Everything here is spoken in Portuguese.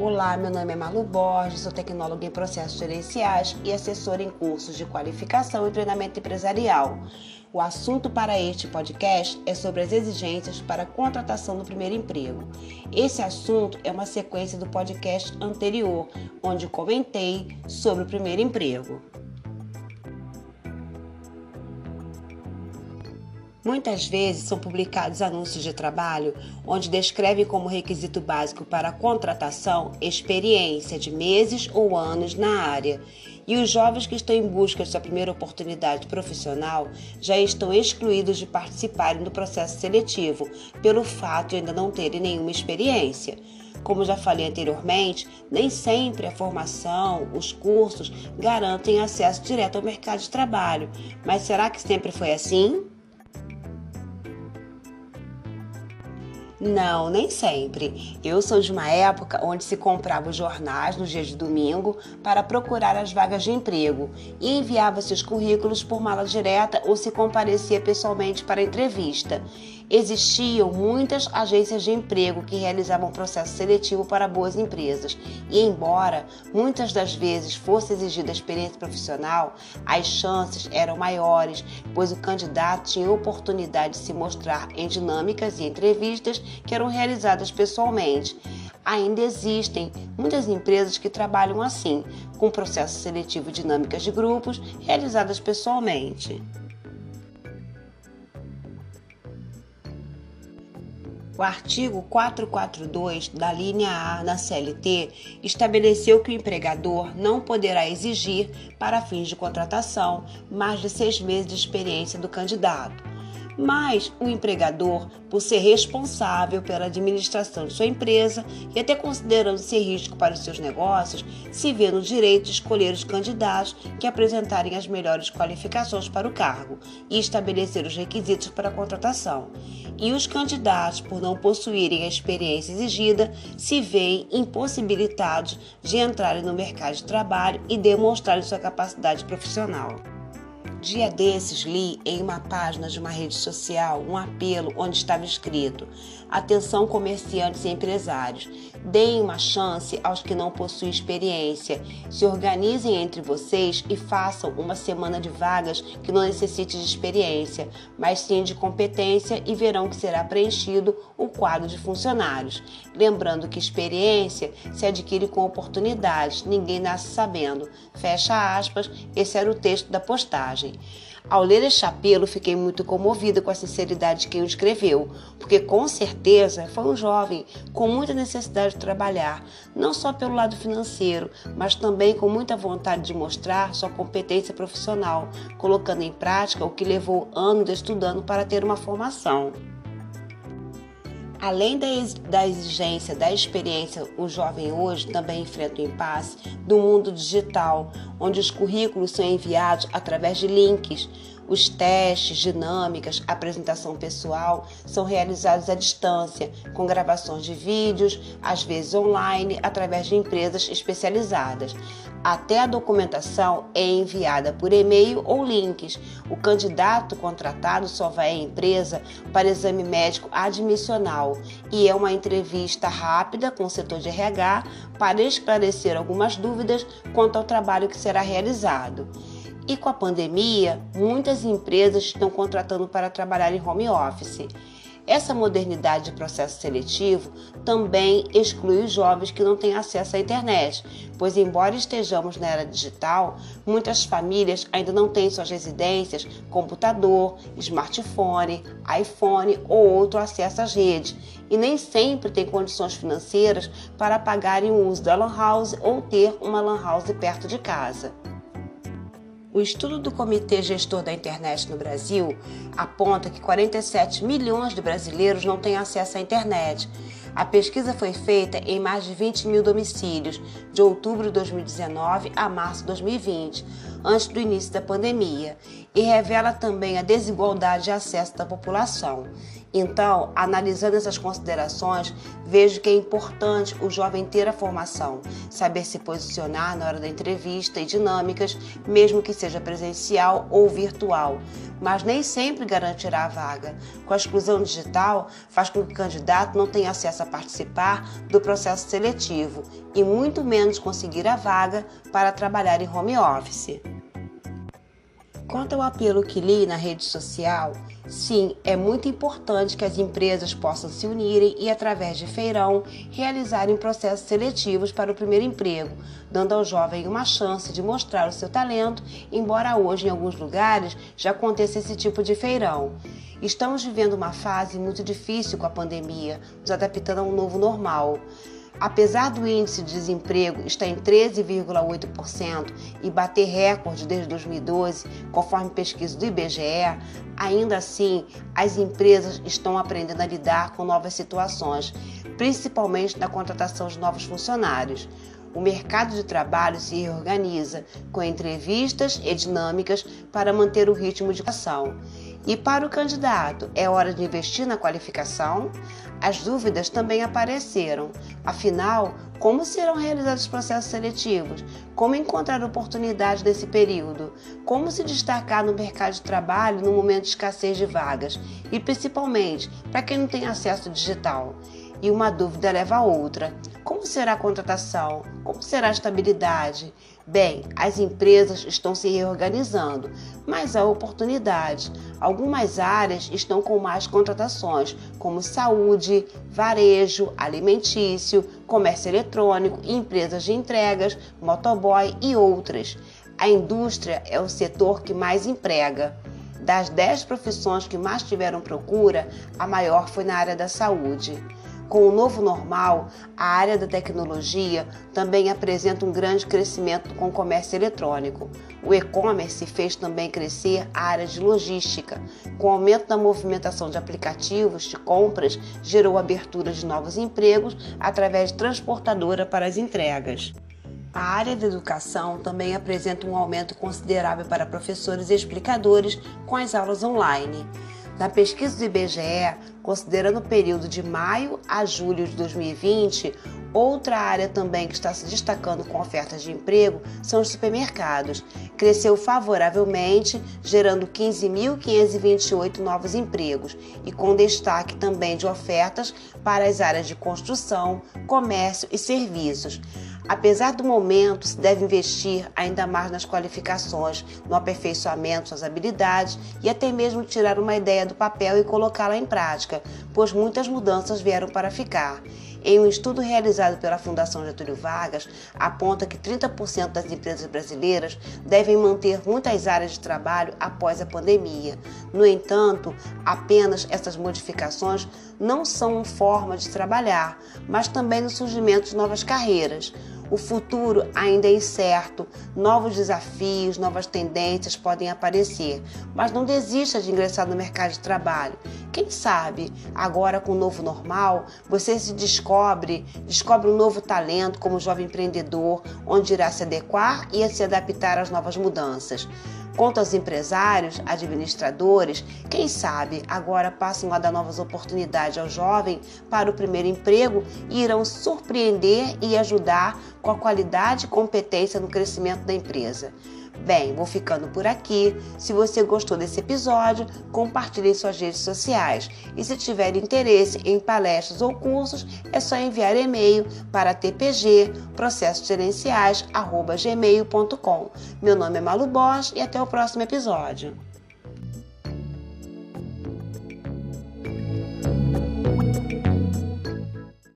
Olá, meu nome é Malu Borges, sou tecnóloga em processos gerenciais e assessora em cursos de qualificação e treinamento empresarial. O assunto para este podcast é sobre as exigências para a contratação no primeiro emprego. Esse assunto é uma sequência do podcast anterior, onde comentei sobre o primeiro emprego. Muitas vezes são publicados anúncios de trabalho onde descrevem como requisito básico para a contratação experiência de meses ou anos na área. E os jovens que estão em busca de sua primeira oportunidade profissional já estão excluídos de participarem do processo seletivo, pelo fato de ainda não terem nenhuma experiência. Como já falei anteriormente, nem sempre a formação, os cursos garantem acesso direto ao mercado de trabalho. Mas será que sempre foi assim? Não, nem sempre. Eu sou de uma época onde se comprava os jornais nos dias de domingo para procurar as vagas de emprego e enviava seus currículos por mala direta ou se comparecia pessoalmente para a entrevista. Existiam muitas agências de emprego que realizavam processo seletivo para boas empresas e, embora muitas das vezes fosse exigida experiência profissional, as chances eram maiores, pois o candidato tinha oportunidade de se mostrar em dinâmicas e entrevistas que eram realizadas pessoalmente. Ainda existem muitas empresas que trabalham assim, com processo seletivo e dinâmicas de grupos realizadas pessoalmente. O artigo 442 da linha A na CLT estabeleceu que o empregador não poderá exigir, para fins de contratação, mais de 6 meses de experiência do candidato. Mas o empregador, por ser responsável pela administração de sua empresa e até considerando ser risco para os seus negócios, se vê no direito de escolher os candidatos que apresentarem as melhores qualificações para o cargo e estabelecer os requisitos para a contratação. E os candidatos, por não possuírem a experiência exigida, se veem impossibilitados de entrarem no mercado de trabalho e demonstrarem sua capacidade profissional. Dia desses li em uma página de uma rede social um apelo onde estava escrito: atenção comerciantes e empresários, deem uma chance aos que não possuem experiência, se organizem entre vocês e façam uma semana de vagas que não necessite de experiência, mas sim de competência e verão que será preenchido o quadro de funcionários. Lembrando que experiência se adquire com oportunidades, ninguém nasce sabendo. Fecha aspas, esse era o texto da postagem. Ao ler este apelo, fiquei muito comovida com a sinceridade de quem o escreveu, porque com certeza foi um jovem com muita necessidade de trabalhar, não só pelo lado financeiro, mas também com muita vontade de mostrar sua competência profissional, colocando em prática o que levou anos estudando para ter uma formação. Além da exigência da experiência, o jovem hoje também enfrenta o impasse do mundo digital, onde os currículos são enviados através de links. Os testes, dinâmicas, apresentação pessoal são realizados à distância, com gravações de vídeos, às vezes online, através de empresas especializadas. Até a documentação é enviada por e-mail ou links. O candidato contratado só vai à empresa para exame médico admissional e é uma entrevista rápida com o setor de RH para esclarecer algumas dúvidas quanto ao trabalho que será realizado. E com a pandemia, muitas empresas estão contratando para trabalhar em home office. Essa modernidade de processo seletivo também exclui os jovens que não têm acesso à internet, pois embora estejamos na era digital, muitas famílias ainda não têm em suas residências computador, smartphone, iPhone ou outro acesso às redes e nem sempre têm condições financeiras para pagarem o uso da Lan House ou ter uma Lan House perto de casa. O estudo do Comitê Gestor da Internet no Brasil aponta que 47 milhões de brasileiros não têm acesso à internet. A pesquisa foi feita em mais de 20 mil domicílios, de outubro de 2019 a março de 2020, antes do início da pandemia. e revela também a desigualdade de acesso da população. Então, analisando essas considerações, vejo que é importante o jovem ter a formação, saber se posicionar na hora da entrevista e dinâmicas, mesmo que seja presencial ou virtual, mas nem sempre garantirá a vaga. Com a exclusão digital, faz com que o candidato não tenha acesso a participar do processo seletivo e muito menos conseguir a vaga para trabalhar em home office. Quanto ao apelo que li na rede social, sim, é muito importante que as empresas possam se unirem e, através de feirão, realizarem processos seletivos para o primeiro emprego, dando ao jovem uma chance de mostrar o seu talento, embora hoje, em alguns lugares, já aconteça esse tipo de feirão. Estamos vivendo uma fase muito difícil com a pandemia, nos adaptando a um novo normal. Apesar do índice de desemprego estar em 13,8% e bater recorde desde 2012, conforme pesquisa do IBGE, ainda assim, as empresas estão aprendendo a lidar com novas situações, principalmente na contratação de novos funcionários. O mercado de trabalho se reorganiza com entrevistas e dinâmicas para manter o ritmo de ação. E para o candidato, é hora de investir na qualificação? As dúvidas também apareceram. Afinal, como serão realizados os processos seletivos? Como encontrar oportunidades nesse período? Como se destacar no mercado de trabalho no momento de escassez de vagas? E principalmente, para quem não tem acesso digital? E uma dúvida leva a outra. Como será a contratação? Como será a estabilidade? Bem, as empresas estão se reorganizando, mas há oportunidades. Algumas áreas estão com mais contratações, como saúde, varejo, alimentício, comércio eletrônico, empresas de entregas, motoboy e outras. A indústria é o setor que mais emprega. Das 10 profissões que mais tiveram procura, a maior foi na área da saúde. Com o novo normal, a área da tecnologia também apresenta um grande crescimento com o comércio eletrônico. O e-commerce fez também crescer a área de logística. Com o aumento da movimentação de aplicativos de compras, gerou abertura de novos empregos através de transportadora para as entregas. A área da educação também apresenta um aumento considerável para professores e explicadores com as aulas online. Na pesquisa do IBGE, considerando o período de maio a julho de 2020, outra área também que está se destacando com ofertas de emprego são os supermercados. Cresceu favoravelmente, gerando 15.528 novos empregos e com destaque também de ofertas para as áreas de construção, comércio e serviços. Apesar do momento, se deve investir ainda mais nas qualificações, no aperfeiçoamento das habilidades e até mesmo tirar uma ideia do papel e colocá-la em prática, pois muitas mudanças vieram para ficar. Em um estudo realizado pela Fundação Getúlio Vargas, aponta que 30% das empresas brasileiras devem manter muitas áreas de trabalho após a pandemia. No entanto, apenas essas modificações não são forma de trabalhar, mas também no surgimento de novas carreiras. O futuro ainda é incerto, novos desafios, novas tendências podem aparecer, mas não desista de ingressar no mercado de trabalho. Quem sabe, agora com o novo normal, você se descobre um novo talento como jovem empreendedor, onde irá se adequar e se adaptar às novas mudanças. Quanto aos empresários, administradores, quem sabe agora passam a dar novas oportunidades ao jovem para o primeiro emprego e irão surpreender e ajudar com a qualidade e competência no crescimento da empresa. Bem, vou ficando por aqui. Se você gostou desse episódio, compartilhe em suas redes sociais. E se tiver interesse em palestras ou cursos, é só enviar e-mail para tpg-processosgerenciais@gmail.com. Meu nome é Malu Bosch e até o próximo episódio.